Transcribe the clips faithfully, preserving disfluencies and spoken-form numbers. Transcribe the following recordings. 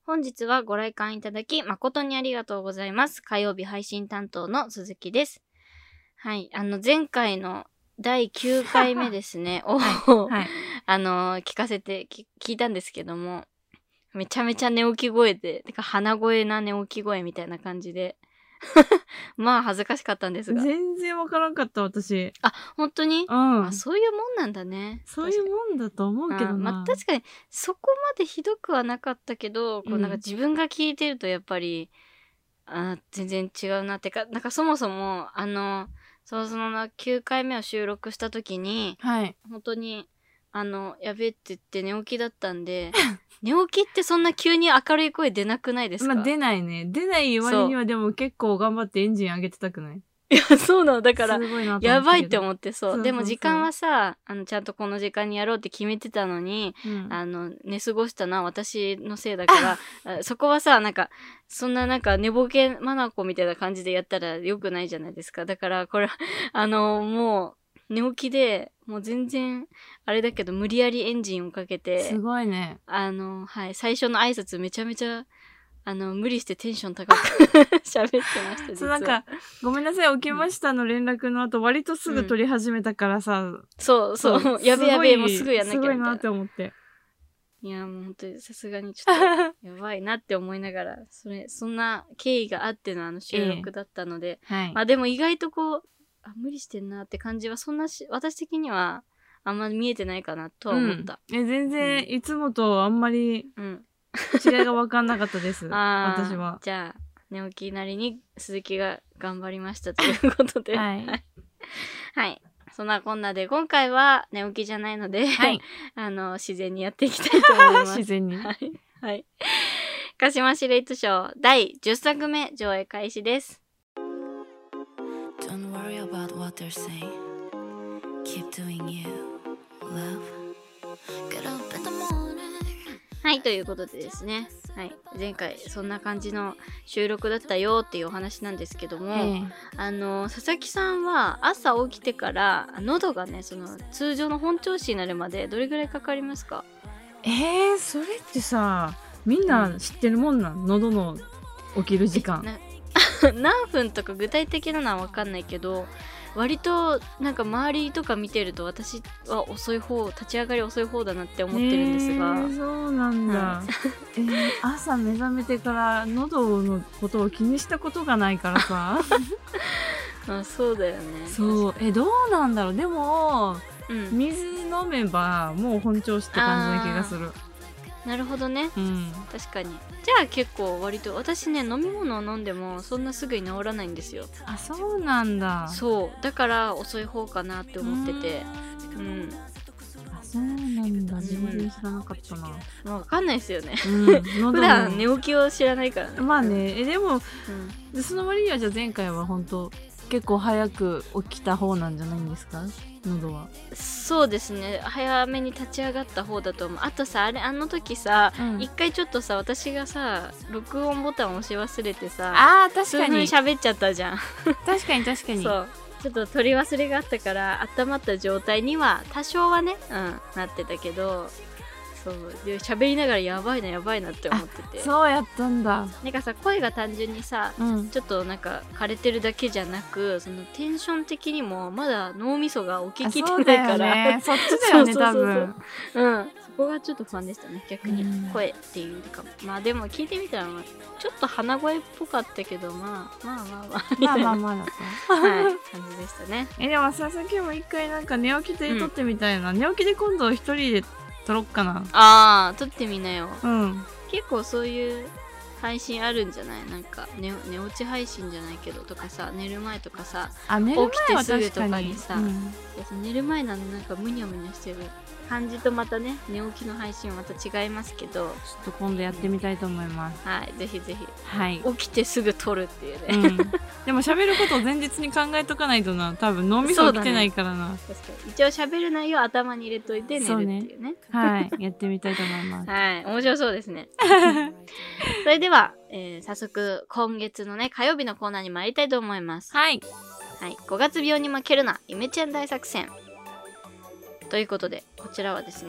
本日はご来館いただき誠にありがとうございます。火曜日配信担当の鈴木です。はい、あの前回のだいきゅうかいめですねを、はいはい、あの聞かせて聞いたんですけども、めちゃめちゃ寝起き声で、てか鼻声な寝起き声みたいな感じでまあ恥ずかしかったんですが、 全然わからんかった私。 あ、本当に、 うん、 あ、そういうもんなんだね。 そういうもんだと思うけどな。 まあ、確かにそこまでひどくはなかったけど、こうなんか自分が聞いてるとやっぱり、うん、あ全然違うなってか、なんかそもそもあのそのきゅうかいめを収録した時に、 はい、 本当にあのやべって言って寝起きだったんで寝起きってそんな急に明るい声出なくないですか？ まあ出ないね。出ない割にはでも結構頑張ってエンジン上げてたくない？ いや、そうなの。だから、やばいって思って、そう。 そうそうそう。 でも時間はさ、あの、ちゃんとこの時間にやろうって決めてたのに、うん、あの、寝過ごしたのは私のせいだから、そこはさ、なんか、そんななんか寝ぼけまなこみたいな感じでやったら良くないじゃないですか。だから、これ、あの、もう、寝起きで、もう全然、あれだけど、無理やりエンジンをかけて、 すごいね。 あの、はい、最初の挨拶めちゃめちゃ、あの、無理してテンション高く喋ってました、実は。 そう、なんか、ごめんなさい、起きましたの連絡の後、割とすぐ撮り始めたからさ。うん、 そうそう、そうやべやべ、もうすぐやんなきゃみたいな。 すごいなって思って。 いや、もう本当にさすがにちょっと、やばいなって思いながら、それ、そんな経緯があってのあの収録だったので、ええ、はい、まあでも意外とこう、あ、無理してんなって感じは、そんなし、私的には、あんま見えてないかなとは思った。 うん、え、全然、うん、いつもとあんまり、うん。違いが分かんなかったです。私は。 じゃあ、寝起きなりに鈴木が頑張りましたということで。はい。はい。そんなこんなで、今回は寝起きじゃないので、はい、あの、自然にやっていきたいと思います。 自然に。 はい。はい。鹿島司令図賞だいじゅっさくめ上映開始です。Don't worry about what they're saying. Keep doing you, love. Get up in the morning.はい、ということでですね、はい、前回そんな感じの収録だったよっていうお話なんですけども、えー、あの佐々木さんは朝起きてから喉がね、その通常の本調子になるまでどれぐらいかかりますか？ えー、それってさ、みんな知ってるもんなん、うん、喉の起きる時間何分とか具体的なのは分かんないけど、割となんか周りとか見てると私は遅い方、立ち上がり遅い方だなって思ってるんですが、 えー、そうなんだ、はい、えー、朝目覚めてから喉のことを気にしたことがないからさあ、そうだよね。 そう、えどうなんだろう。でも、うん、水飲めばもう本調子って感じな気がする。 なるほどね、うん、確かに。じゃあ結構割と私ね、飲み物を飲んでもそんなすぐに治らないんですよ。 あ、そうなんだ。 そうだから遅い方かなって思ってて、うん、 あ、そうなんだ。全然知らなかったな。 うん、分かんないですよね、うん、普段寝起きを知らないからね。 まあね。えでも、うん、その割にはじゃあ前回は本当結構早く起きた方なんじゃないんですか、喉は。 そうですね、早めに立ち上がった方だと思う。あとさ、あれあの時さ、うん、一回ちょっとさ、私がさ録音ボタン押し忘れてさ、 あー確かに喋っちゃったじゃん確かに確かに。 そう、ちょっと取り忘れがあったから温まった状態には多少はね、うん、なってたけど、そうで喋りながらやばいなやばいなって思ってて。 そうやったんだ。 なんかさ、声が単純にさ、うん、ちょっとなんか枯れてるだけじゃなく、そのテンション的にもまだ脳みそが起ききってないから、 そっちだよね多分。 うん、そこがちょっと不安でしたね、逆に。うん、声っていうかも。まあでも聞いてみたらちょっと鼻声っぽかったけど、まあまあまあまあまあまあまあだったはい感じでしたね。 えでもさ、さっきも一回なんか寝起きで撮ってみたいな、うん、寝起きで今度一人で撮ろっかな。 あー、撮ってみなよ。 うん。 結構そういう配信あるんじゃない？なんか 寝, 寝落ち配信じゃないけどとかさ、寝る前とかさ、 あ、寝る前は起きてすぐとかにさ、 うん、 寝る前なのなんかムニャムニャしてる感じとまたね、寝起きの配信はまた違いますけど、ちょっと今度やってみたいと思います。 はい、ぜひぜひ、 はい、 起きてすぐ撮るっていうね、うん、 でも喋ることを前日に考えとかないとな、多分脳みそ起きてないからな、ね、 確かに一応喋る内容を頭に入れといて寝るっていうね、 はいやってみたいと思いますはい、面白そうですねそれでは、えー、早速今月のね火曜日のコーナーに参りたいと思います。 はい、 はい、ごがつ病に負けるなイメチェン大作戦ということで、こちらはですね、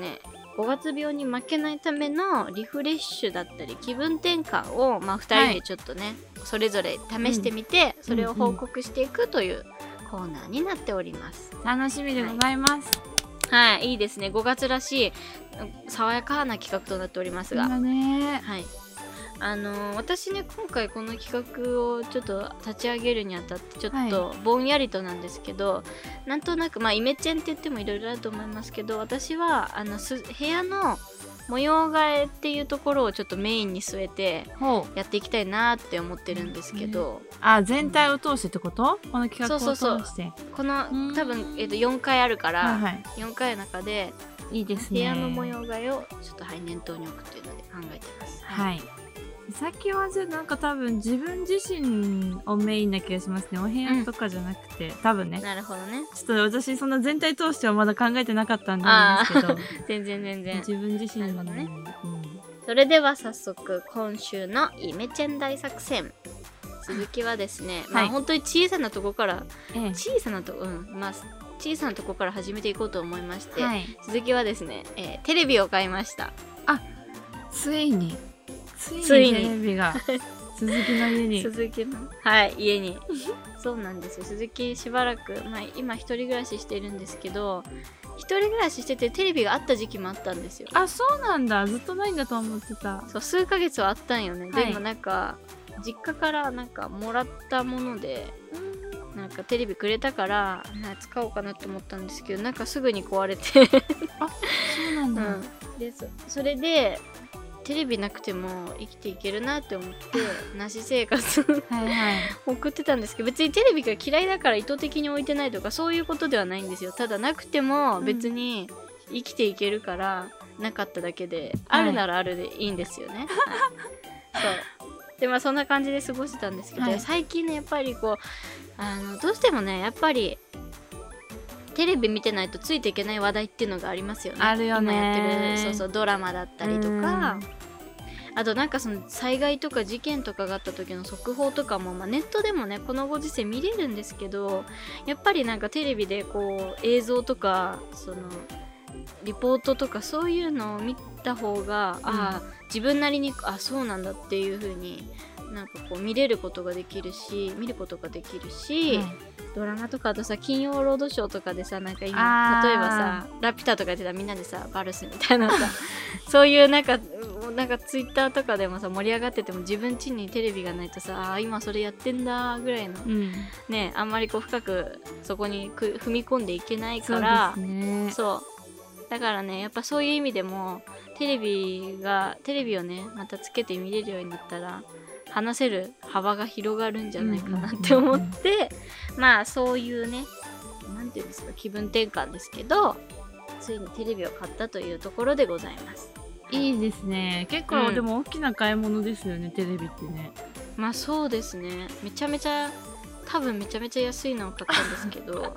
ごがつ病に負けないためのリフレッシュだったり気分転換を、まあ、ふたりでちょっとね、はい、それぞれ試してみて、うん、それを報告していくというコーナーになっております。 楽しみでございます。 はい、はい、いいですね。ごがつらしい爽やかな企画となっておりますが、 ね、 はい、あのー、私ね今回この企画をちょっと立ち上げるにあたってちょっとぼんやりとなんですけど、はい、なんとなくまあイメチェンって言ってもいろいろあると思いますけど、私はあのす部屋の模様替えっていうところをちょっとメインに据えてやっていきたいなって思ってるんですけど、 うん、あ全体を通してってこと、うん、この企画を通して。そうそうそう、 この多分、えー、とよんかいあるから、はいはい、よんかいの中でいいですね、 部屋の模様替えをちょっと、はい、念頭に置くっていうので考えてます。 はい、はい、先はじゃなんか多分自分自身をメインな気がしますね。お部屋とかじゃなくて、うん、多分ね。 なるほどね。 ちょっと私そんな全体通してはまだ考えてなかったんであるんですけど全然全然自分自身のね、 うん、それでは早速今週のイメチェン大作戦、続きはですね、まあ、はい、本当に小さなとこから、ええ、小さなとこ、うんまあ、小さなとこから始めていこうと思いまして、はい、続きはですね、えー、テレビを買いました。 あ、ついについにテレビが鈴木の家に鈴木のはい家にそうなんですよ。鈴木しばらく、まあ、今一人暮らししてるんですけど、一人暮らししててテレビがあった時期もあったんですよ。 あ、そうなんだ。ずっとないんだと思ってた。 そう、数ヶ月はあったんよね、はい、でもなんか実家からなんかもらったもので、なんかテレビくれたから使おうかなと思ったんですけど、なんかすぐに壊れてあ、そうなんだ、うん、 で そ, それでテレビなくても生きていけるなって思ってなし生活はい、はい、送ってたんですけど、別にテレビが嫌いだから意図的に置いてないとかそういうことではないんですよ。ただなくても別に生きていけるからなかっただけで、うん、あるならあるでいいんですよね、はい、そうで、まあそんな感じで過ごしてたんですけど、はい、最近ねやっぱりこうあのどうしてもねやっぱりテレビ見てないとついていけない話題っていうのがありますよね。 あるよね。 今やってるそうそうドラマだったりとか、あとなんかその災害とか事件とかがあった時の速報とかも、まあ、ネットでもねこのご時世見れるんですけど、やっぱりなんかテレビでこう映像とかそのリポートとかそういうのを見た方が、うん、あ自分なりにあそうなんだっていう風になんかこう見れることができるし見ることができるし、はい、ドラマとかあとさ金曜ロードショーとかでさなんか今例えばさラピュタとかやってたらみんなでさバルスみたいなさそういうなんかなんかツイッターとかでもさ盛り上がってても自分家にテレビがないとさあ今それやってんだぐらいの、うん、ねあんまりこう深くそこにく踏み込んでいけないから、そうですね、そうだからねやっぱそういう意味でもテレビがテレビをねまたつけて見れるようになったら話せる幅が広がるんじゃないかなって思って、うんうんうんうん、まあそういうねなんていうんですか気分転換ですけどついにテレビを買ったというところでございます。 いいですね。結構、うん、でも大きな買い物ですよねテレビってね。 まあそうですね。めちゃめちゃ多分めちゃめちゃ安いのを買ったんですけど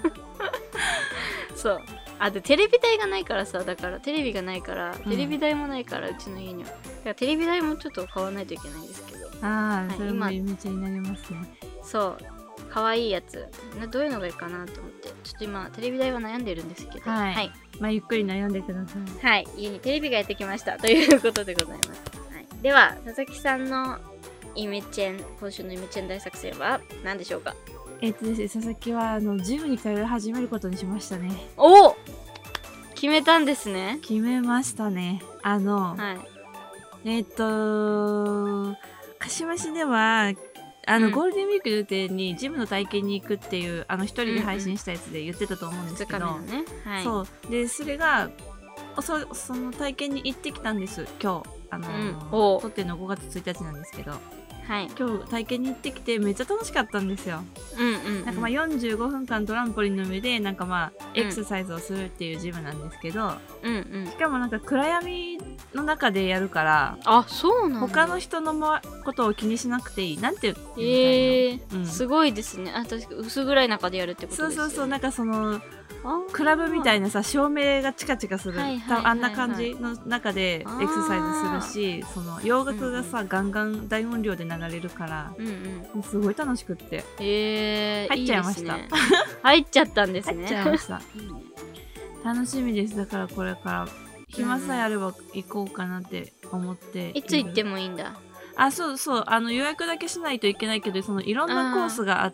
そうあでテレビ台がないからさだからテレビがないからテレビ台もないから、うん、うちの家にはだからテレビ台もちょっと買わないといけないんですけど、 ああ、はい、それもめちゃになりますね。 そう可愛いやつどういうのがいいかなと思ってちょっと今テレビ台は悩んでるんですけど、 はい、はい、まあゆっくり悩んでください。はい家にテレビがやってきましたということでございます、はい、では佐々木さんのイメチェン今週のイメチェン大作戦は何でしょうか。 えっとですね佐々木はあのジムに通い始めることにしましたね。 おお決めたんですね。 決めましたね。あの、はい、えっと鹿島市ではあの、うん、ゴールデンウィーク予定にジムの体験に行くっていうあの一人で配信したやつで言ってたと思うんですけど、うんうんねはい、そうでそれが そ, その体験に行ってきたんです今日あの、うん、撮ってるのごがつついたちなんですけど、はい、今日体験に行ってきてめっちゃ楽しかったんですよ、うんうんうん、なんかまあよんじゅうごふんかんトランポリンの上でなんかまあエクササイズをするっていうジムなんですけど、うんうん、しかもなんか暗闇の中でやるからあそうなんだ他の人のことを気にしなくていいなんていうのえーうん、すごいですね。あ確か薄暗い中でやるってことですよね。 そうそうそうなんかそのクラブみたいなさ照明がチカチカする、はいはいはいはい、あんな感じの中でエクササイズするしその洋楽がさ、うんうん、ガンガン大音量で流れるから、うんうん、すごい楽しくってえー、 入っちゃいました。 いいですね、入っちゃったんですね。 入っちゃいました楽しみです。だからこれから暇さえあれば行こうかなって思っている。 いつ行ってもいいんだ。 あ、そうそう、あの予約だけしないといけないけど、そのいろんなコースがあって、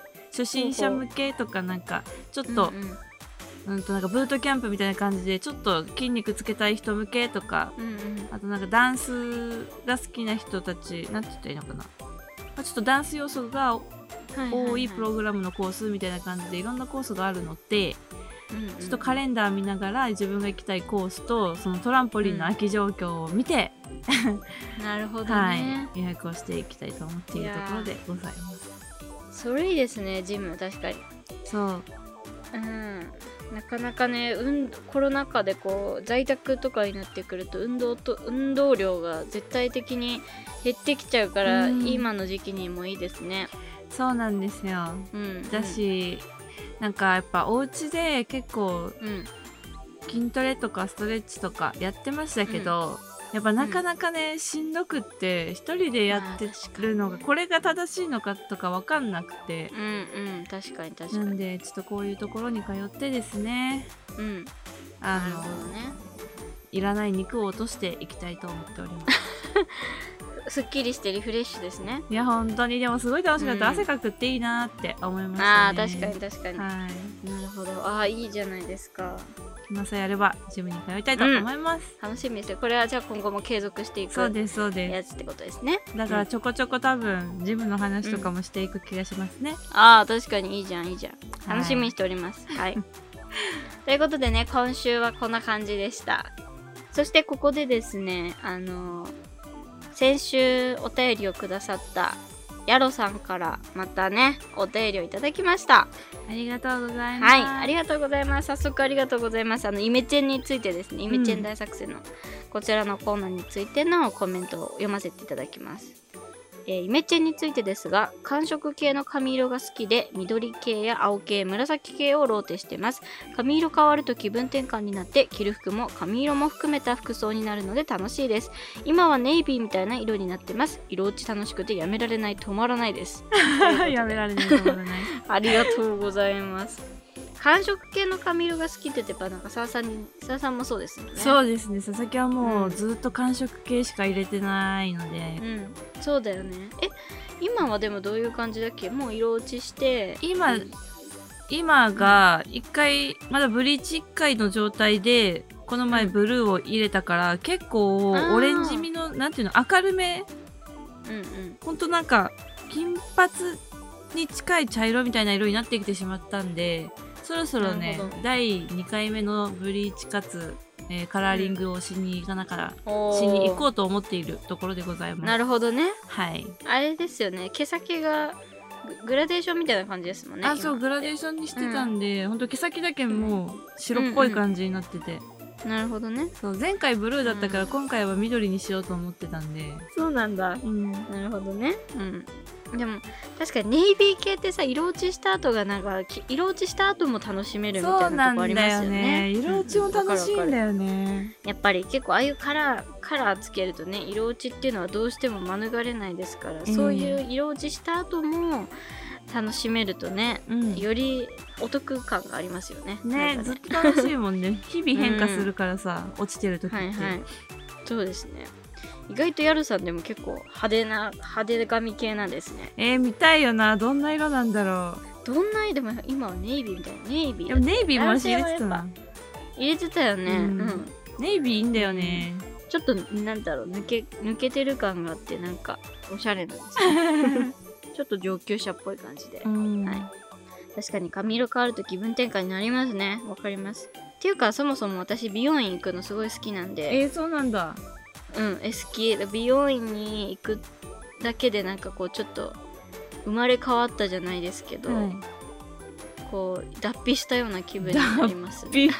初心者向けとかなんかちょっと、うんうん、うんとなんかブートキャンプみたいな感じでちょっと筋肉つけたい人向けとか、うんうん、あとなんかダンスが好きな人たち、なんて言ったらいいのかな、ちょっとダンス要素が多いプログラムのコースみたいな感じでいろんなコースがあるので、うんうん、ちょっとカレンダー見ながら自分が行きたいコースとそのトランポリンの空き状況を見て、 うん、なるほどね、 はい、予約をしていきたいと思っているところでございます。 それいいですね、ジム。確かにそう、 うん、なかなかね、うん、コロナ禍でこう在宅とかになってくると運動と運動量が絶対的に減ってきちゃうから、うん、今の時期にもいいですね。 そうなんですよ、うん、だし、うん、なんかやっぱお家で結構、うん、筋トレとかストレッチとかやってましたけど、うん、やっぱなかなかね、うん、しんどくって一人でやってるのがこれが正しいのかとか分かんなくて、 うんうん、確かに確かに。 なんでちょっとこういうところに通ってですね、うん、あの、ね、いらない肉を落としていきたいと思っておりますすっきりしてリフレッシュですね。 いや本当にでもすごい楽しかった、うん、汗かくっていいなって思いましたね。 あー確かに確かに、 はい、 なるほど。あーいいじゃないですか。 暇さえあればジムに通いたいと思います、 うん、楽しみですよ。これはじゃあ今後も継続していくそうですそうですやつってことですね。 だからちょこちょこ多分ジムの話とかもしていく気がしますね、うん、 あー確かにいいじゃんいいじゃん、楽しみにしております。はい、はい、ということでね、今週はこんな感じでした。そしてここでですね、あのー先週お便りをくださったヤロさんからまたねお便りをいただきました。 ありがとうございます。はい、 ありがとうございます。早速ありがとうございます。あのイメチェンについてですね、イメチェン大作戦のこちらのコーナーについてのコメントを読ませていただきます。えー、イメチェンについてですが、寒色系の髪色が好きで緑系や青系、紫系をローテしてます。髪色変わると気分転換になって着る服も髪色も含めた服装になるので楽しいです。今はネイビーみたいな色になってます。色落ち楽しくてやめられない、止まらないですやめられない止まらないありがとうございます。寒色系の髪色が好きって言ってやっぱなんか澤さんに澤さんもそうですよね。 そうですね、佐々木はもうずっと寒色系しか入れてないので、 うん、そうだよね。え今はでもどういう感じだっけ？もう色落ちして今、うん、今がいっかいまだブリーチいっかいの状態でこの前ブルーを入れたから、うん、結構オレンジ味のなんていうの明るめ、うんうん、ほんとなんか金髪に近い茶色みたいな色になってきてしまったんで、そろそろねだいにかいめのブリーチかつ、えー、カラーリングをしに行かながら、うん、しに行こうと思っているところでございます。 なるほどね。 はい、 あれですよね、毛先がグラデーションみたいな感じですもんね。 あ、そうグラデーションにしてたんで、うん、ほんと毛先だけもう白っぽい感じになってて、うんうん、なるほどね。 そう前回ブルーだったから、うん、今回は緑にしようと思ってたんで。 そうなんだ、うん、なるほどね。うんでも確かにネイビー系ってさ、色落ちした後がなんか色落ちした後も楽しめるみたいなとこありますよね。そうなんだよね、 色落ちも楽しいんだよね、 うん、やっぱり結構ああいうカラーカラーつけるとね、色落ちっていうのはどうしても免れないですから、うん、そういう色落ちした後も楽しめるとね、うん、よりお得感がありますよね。 ね、ねずっと楽しいもんね日々変化するからさ、うん、落ちてる時って、はいはい、 そうですね。意外とヤルさんでも結構派手な派手髪系なんですね。 えー、見たいよな。どんな色なんだろう。どんな色でも今はネイビーみたいな。ネイビーでもネイビーも私入れてたな。 入れてたよね、うんうん、 ネイビーいいんだよね、 うん、ちょっとなんだろう抜け抜けてる感があってなんかおしゃれなんですよちょっと上級者っぽい感じで、うん、はい、確かに髪色変わると気分転換になりますね。わかります。っていうかそもそも私美容院行くのすごい好きなんで。 えー、そうなんだ。 うん、え好き。美容院に行くだけでなんかこうちょっと生まれ変わったじゃないですけど、はい、こう脱皮したような気分になります、ね、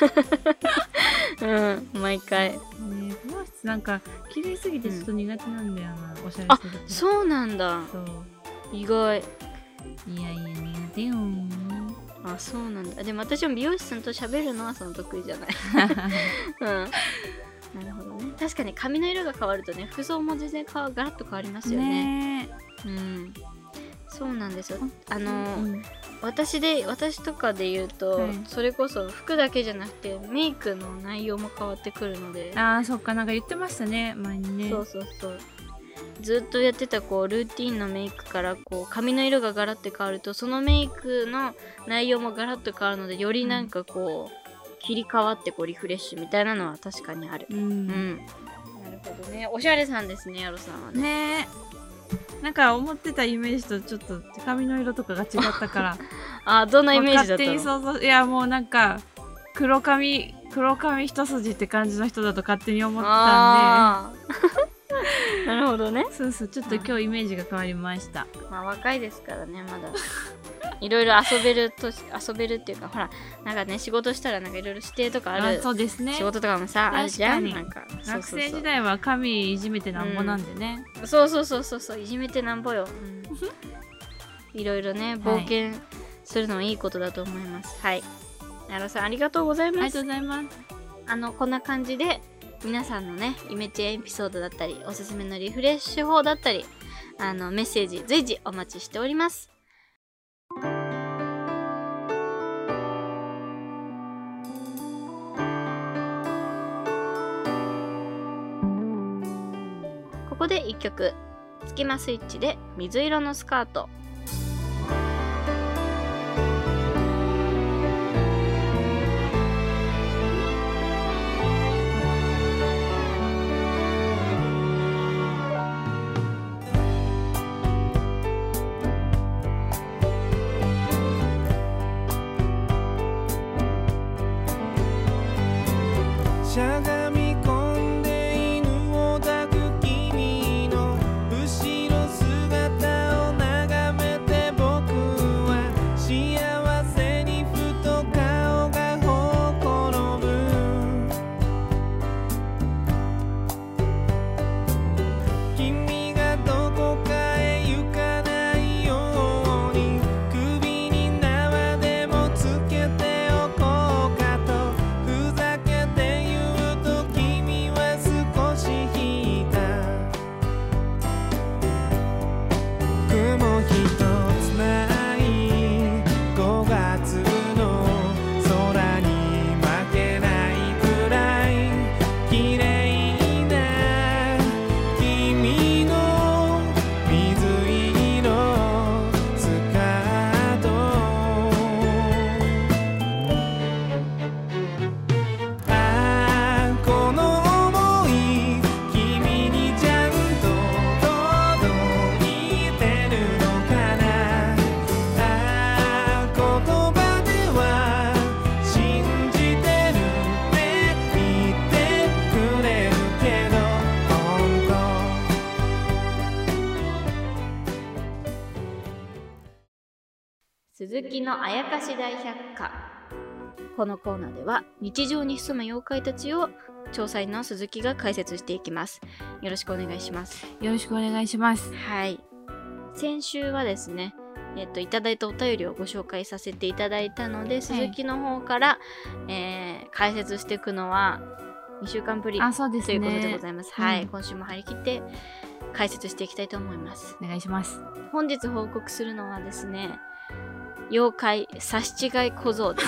うん毎回ね。 美容室なんか綺麗すぎてちょっと苦手なんだよな、うん、おしゃれあそうなんだ。そう意外。 いやいや苦手よ。 あそうなんだ。でも私も美容師さんと喋るのはその得意じゃないうんなるほどね。確かに髪の色が変わるとね、服装も全然変わガラッと変わりますよね。ねうん、そうなんですよ。あの、うん、 私で私とかで言うと、はい、それこそ服だけじゃなくてメイクの内容も変わってくるので。 あーそっか、なんか言ってましたね前にね。 そうそうそう、ずっとやってたこうルーティンのメイクからこう髪の色がガラッて変わると、そのメイクの内容もガラッと変わるので、よりなんかこう、うん、切り替わってこうリフレッシュみたいなのは確かにある。うん、うん、なるほどね。おしゃれさんですね、やろさんはね。 ねえ、なんか思ってたイメージとちょっと髪の色とかが違ったからあ、どんなイメージだったの？ 勝手に想像、いやもうなんか黒髪黒髪一筋って感じの人だと勝手に思ってたんでなるほどね。 そうそう、ちょっと今日イメージが変わりました。 まあ若いですからね、まだいろいろ遊べると遊べるっていうか、ほらなんかね、仕事したらなんかいろいろ指定とかある。 あ、そうですね、 仕事とかもさあるじゃん。なんか学生時代は髪いじめてなんぼなんでね、 うん、そうそうそうそうそう、いじめてなんぼよ、うん、いろいろね冒険するのはいいことだと思います。はい、なろさんありがとうございます。 ありがとうございます。 あのこんな感じで皆さんのねイメチェンエピソードだったり、おすすめのリフレッシュ法だったり、あのメッセージ随時お待ちしております。ここでいっきょく、スキマスイッチで水色のスカート。 しゃがみ込んで犬を抱く君の後ろ姿を眺めて、僕は幸せにふと顔がほころぶ。君がどこかへ行かないように、首に縄でもつけておこうかとふざけて言うと、君は少し引いた。雲ひとつないごがつの空に負けないくらい綺麗な君の水色スカート。ああこの想い、君にちゃんと届いてるのかな。ああ言葉では信じてるって言ってくれるけど、本当鈴木のあやかし大百科。このコーナーでは日常に潜む妖怪たちを調査員の鈴木が解説していきます。よろしくお願いします。 よろしくお願いします。 はい、先週はですね、えっといただいたお便りをご紹介させていただいたので、鈴木の方から、えー解説していくのはにしゅうかんぶりあ、そうですね。 ということでございます。はい、 うん今週も張り切って解説していきたいと思います。 お願いします。 本日報告するのはですね、妖怪刺し違い小僧です。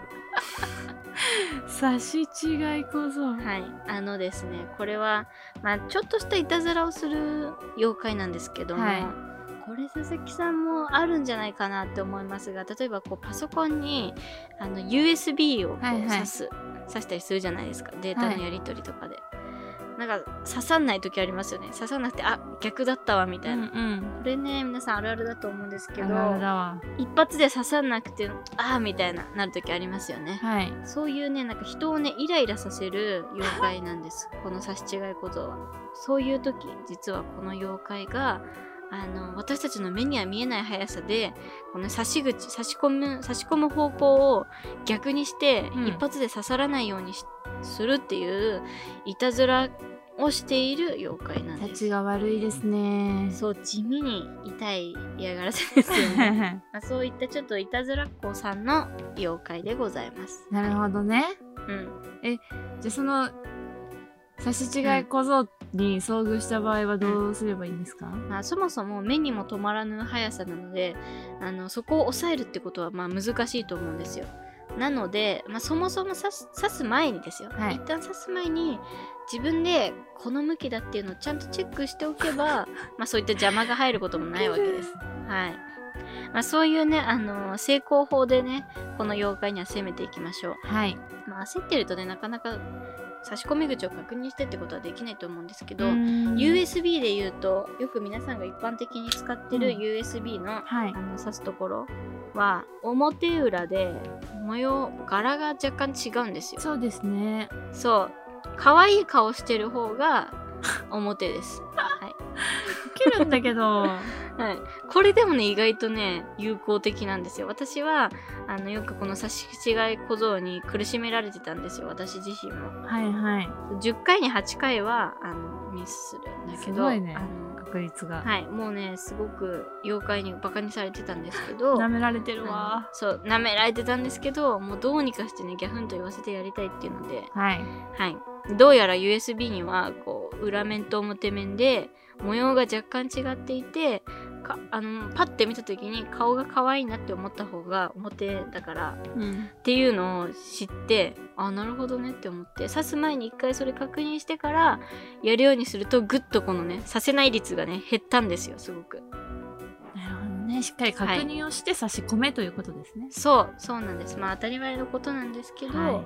差し違い小僧。 はい、あのですね、これは、まあ、ちょっとしたいたずらをする妖怪なんですけども、 はい、 これ佐々木さんもあるんじゃないかなって思いますが、例えばこうパソコンにあの ユーエスビー をこうはいはい挿す、挿したりするじゃないですか、データのやり取りとかで、なんか刺さんない時ありますよね。刺さんなくて、あ、逆だったわみたいな、 うんうん、 これね皆さんあるあるだと思うんですけど、 あるあるだわ。 一発で刺さんなくてあーみたいななる時ありますよね。 はい、 そういうね、なんか人をねイライラさせる妖怪なんですこの刺し違い小僧は。そういう時、実はこの妖怪があの私たちの目には見えない速さでこの刺し口差し込む差し込む方向を逆にして、うん、一発で刺さらないようにしするっていういたずらをしている妖怪なんです。 立ちが悪いですね。 そう、地味に痛い嫌がらせですよね。まあ、そういったちょっといたずらっ子さんの妖怪でございます。 なるほどね。 うん。 え、じゃあその差し違い小僧っに遭遇した場合はどうすればいいんですか？ まあ、そもそも目にも止まらぬ速さなので、あのそこを抑えるってことはまあ難しいと思うんですよ。なので、まあ、そもそも刺す、刺す前にですよ、はい、一旦刺す前に自分でこの向きだっていうのをちゃんとチェックしておけばまあそういった邪魔が入ることもないわけです。はい。まあ、そういうね、あのー、成功法でね、この妖怪には攻めていきましょう。 はい。 まあ、焦ってるとね、なかなか差し込み口を確認してってことはできないと思うんですけど、ユーエスビー で言うと、よく皆さんが一般的に使ってる ユーエスビー の、うん、はい、あの刺すところは、表裏で模様、柄が若干違うんですよ。 そうですね。 そう。可愛い顔してる方が表です。はい。 切るんだけど。 はい、これでもね意外とね有効的なんですよ。私はあのよくこの差し違い小僧に苦しめられてたんですよ、私自身も。 はいはい。 じゅっかいにはちかいはあのミスするんだけど、すごいね、 あの確率が。 はい、もうねすごく妖怪にバカにされてたんですけど、 舐められてるわ。 そう舐められてたんですけど、もうどうにかしてねギャフンと言わせてやりたいっていうので、 はいはい、どうやら ユーエスビー にはこう裏面と表面で模様が若干違っていて、かあのパッて見た時に顔が可愛いなって思った方が表だから、うん、っていうのを知って、あ、なるほどねって思って、刺す前に一回それ確認してからやるようにすると、ぐっとこのね刺せない率がね減ったんですよ、すごく。 なるほどね、しっかり確認をして差し込め、はい、ということですね。 そうそうなんです。まあ当たり前のことなんですけど、はい、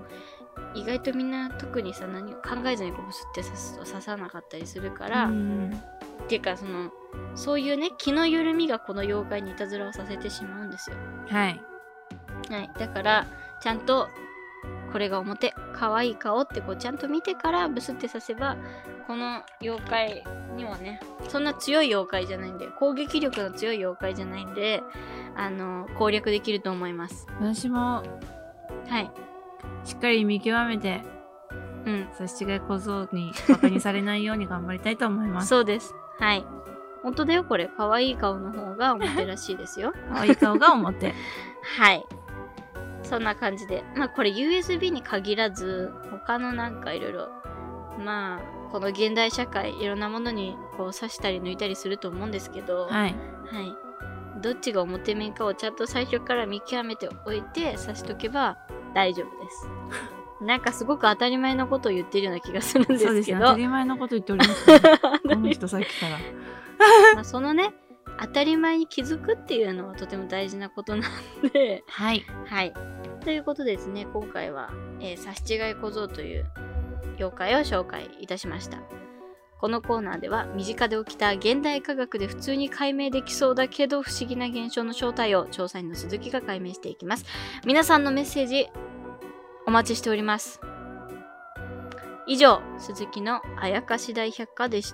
意外とみんな特にさ、何考えずにこうブスって刺すと刺さなかったりするから、うん、っていうかそのそういうね気の緩みがこの妖怪にいたずらをさせてしまうんですよ。 はい、 はい、だからちゃんとこれが表、可愛い顔ってこうちゃんと見てからブスって刺せば、この妖怪にはねそんな強い妖怪じゃないんで、攻撃力の強い妖怪じゃないんで、あの攻略できると思います。 私もはいしっかり見極めて、うん、差し違い小僧にバカにされないように頑張りたいと思います。 そうです。はい。本当だよ、これ。可愛い顔の方が表らしいですよ。 可愛い顔が表。 はい。そんな感じで。まあこれ ユーエスビー に限らず、他のなんかいろいろ、まあ、この現代社会、いろんなものにこう刺したり抜いたりすると思うんですけど、 はい。 はい。どっちが表面かをちゃんと最初から見極めておいて刺しとけば大丈夫です。なんかすごく当たり前のことを言ってるような気がするんですけど。そうですね、 当たり前のこと言っておりますね。この人さっきから。 まあそのね、当たり前に気づくっていうのはとても大事なことなんで。 はい。 はい。ということでですね、今回は、えー、刺し違い小僧という妖怪を紹介いたしました。このコーナーでは身近で起きた現代科学で普通に解明できそうだけど不思議な現象の正体を調査員の鈴木が解明していきます。皆さんのメッセージお待ちしております。以上、鈴木のあやかし大百科でした。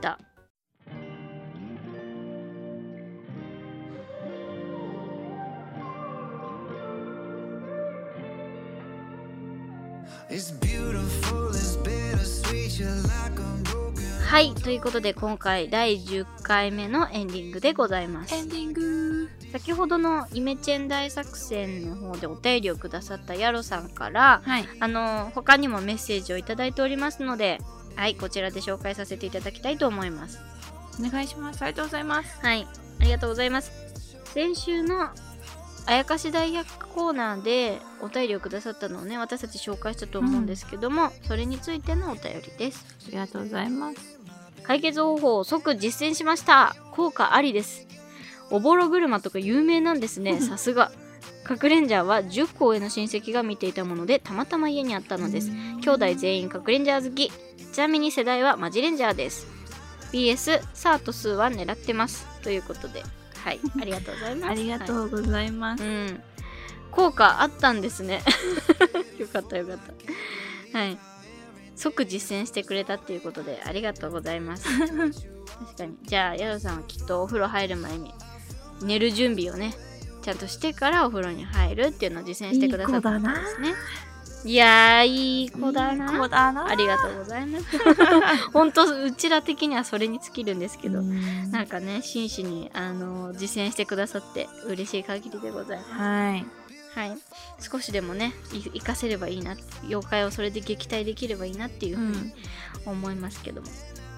はい、ということで今回だいじゅっかいめのエンディングでございます。 エンディング。 先ほどのイメチェン大作戦の方でお便りをくださったヤロさんから、はい、あの他にもメッセージをいただいておりますので、はい、こちらで紹介させていただきたいと思います。 お願いします。ありがとうございます。 はい、ありがとうございます。先週のあやかし大百科コーナーでお便りをくださったのをね、私たち紹介したと思うんですけども、うん、それについてのお便りです。 ありがとうございます。 解決方法を即実践しました。効果ありです。おぼろ車とか有名なんですね。さすが。かくれんじゃーはじゅっこ上の親戚が見ていたもので、たまたま家にあったのです。兄弟全員かくれんじゃー好き。ちなみに世代はマジレンジャーです。ピーエス サーとスーは狙ってます。ということで、はい、ありがとうございます。 ありがとうございます。 はい、うん、効果あったんですね。よかったよかった。はい。即実践してくれたっていうことでありがとうございます。確かに。じゃあ、ヤドさんはきっとお風呂入る前に寝る準備をね、ちゃんとしてからお風呂に入るっていうのを実践してくださったんですね。いやー、いい子だな。 いい子だな。 ありがとうございます。本当、うちら的にはそれに尽きるんですけど、んなんかね、真摯に、あのー、実践してくださって嬉しい限りでございます。 はい。 はい、少しでもね活かせればいいな、妖怪をそれで撃退できればいいなっていうふうに思いますけども、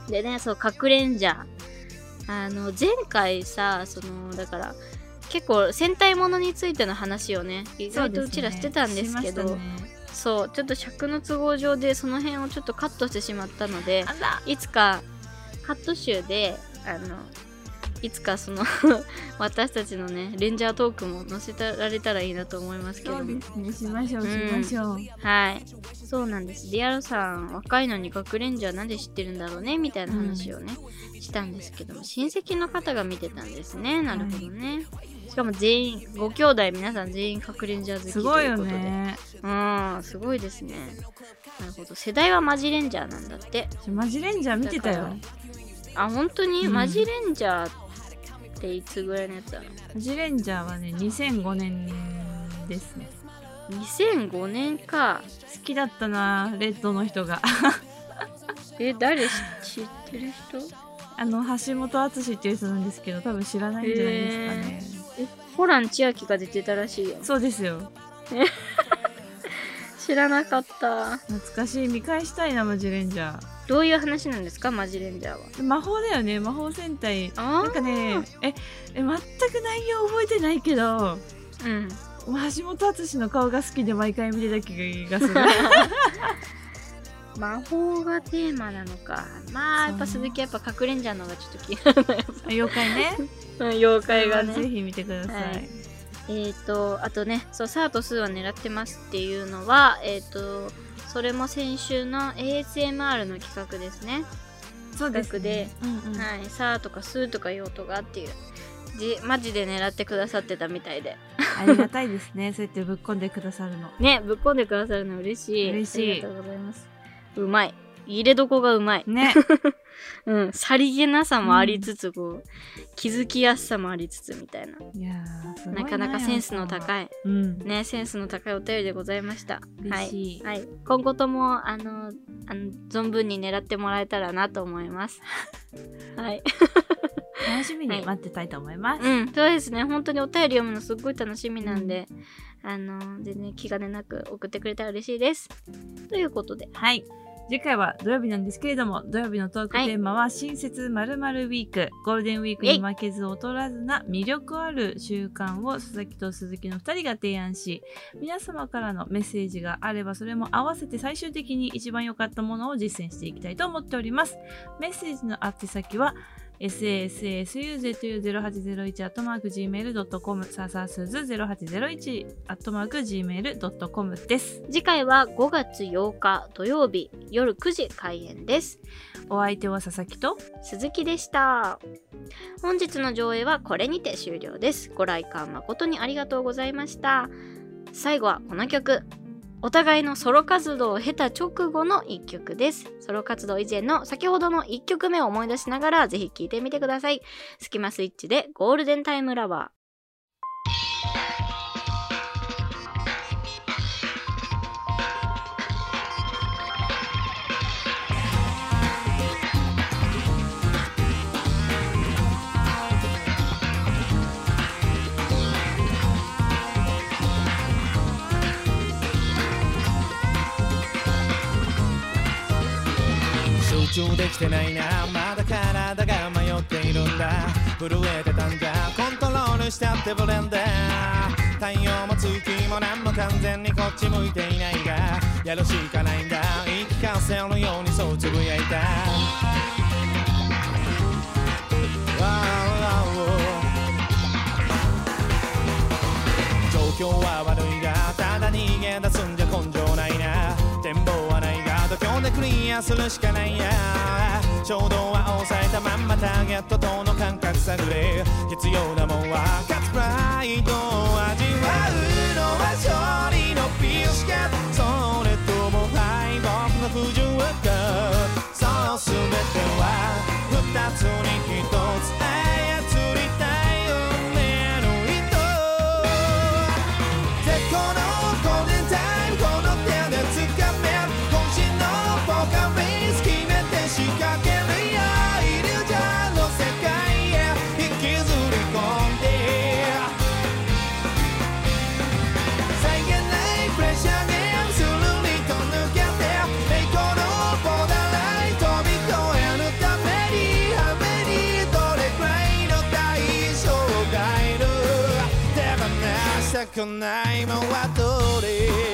でね、そう、かくれんじゃあの前回さ、そのだから結構戦隊ものについての話をね意外とうちらしてたんですけど、そう、ね、そうちょっと尺の都合上でその辺をちょっとカットしてしまったので、いつかカット集であのいつかその私たちのねレンジャートークも載せられたらいいなと思いますけど。 そうですね、しましょう、うん、しましょう。 はい、そうなんです。ディアロさん若いのに学レンジャーなんで知ってるんだろうねみたいな話をね、うん、したんですけども、親戚の方が見てたんですね。なるほどね、はい、しかも全員ご兄弟皆さん全員学レンジャー好きということで、すごいよね。うん、すごいですね。なるほど、世代はマジレンジャーなんだって。 マジレンジャー見てたよ。 あ、本当に、うん、マジレンジャーっていつぐらいのやつだろう。 マジレンジャーはねにせんごねんですね。 にせんごねんか。 好きだったな、レッドの人がえ、誰知ってる人？ あの橋本敦っていう人なんですけど、多分知らないんじゃないですかね。 え、ホラン千秋が出てたらしいよ。 そうですよ。 知らなかった。 懐かしい、見返したいな、マジレンジャー。 どういう話なんですか、マジレンジャーは。 魔法だよね、魔法戦隊。なんかね、ええ全く内容覚えてないけど、うん、橋本敦の顔が好きで毎回見てた気がする。 魔法がテーマなのか。まあやっぱ鈴木やっぱかくれんじゃんのがちょっと気になるの。 妖怪ね。 妖怪がね。 ぜひ見てください。はい、 えーとあとね、そうサーとスーを狙ってますっていうのは、えーとそれも先週の エーエスエムアール の企画ですね。 そうですね。 企画で、うんうん、はい、サーとかスーとか用途がっていうじマジで狙ってくださってたみたいで。 ありがたいですね。そうやってぶっこんでくださるの。 ね、ぶっこんでくださるの嬉しい。 嬉しい。 ありがとうございます。うまい。入れどこがうまい。 ね。 うん、さりげなさもありつつ、こう、うん、気づきやすさもありつつみたいな。 いやー、すごいな。 なかなかセンスの高い、 うん、 ね、センスの高いお便りでございました。 嬉しい。 はい。はい、今後とも、あの、あの存分に狙ってもらえたらなと思います。はい。 楽しみに待ってたいと思います。 はい、うん、そうですね。本当にお便り読むのすっごい楽しみなんで、うん、あの、全然気兼ねなく送ってくれたら嬉しいです。ということで。 はい。次回は土曜日なんですけれども、土曜日のトークテーマは新設〇〇ウィーク、ゴールデンウィークに負けず劣らずな魅力ある習慣を佐々木と鈴木のふたりが提案し、皆様からのメッセージがあればそれも合わせて最終的に一番良かったものを実践していきたいと思っております。メッセージの宛先はエスエーエスエーエスユーゼットユーゼロはちゼロいち アットマーク ジーメールドットコム ささすずゼロはちゼロいち アットマーク ジーメールドットコム です。 次回はごがつようか土曜日夜くじ開演です。 お相手は佐々木と鈴木でした。本日の上映はこれにて終了です。ご来館誠にありがとうございました。最後はこの曲、お互いのソロ活動を経た直後の一曲です。ソロ活動以前の先ほどのいっきょくめを思い出しながらぜひ聴いてみてください。スキマスイッチでゴールデンタイムラバー。 集中できてないな、まだ体が迷っているんだ。震えてたんだ、コントロールしたってブレンダー。太陽も月も何も完全にこっち向いていないが、やるしかないんだ、言い聞かせるようにそうつぶやいた。状況は悪いがただ逃げ出すんじゃ根性ないな。展望はないが度胸でクリアするしかないや。衝動は抑えたまんまターゲットとの感覚探れ。必要なもんは勝つプライドを味わうのは勝利のピースか、それとも敗北の不純か。その全ては二つに一つ操りたい運命の糸。絶好のゴールデンタイム、この手で掴める渾身のポーカーフェイス決めて仕掛けるよ。イリュージョンの世界へ引きずり込んでこないまはどれ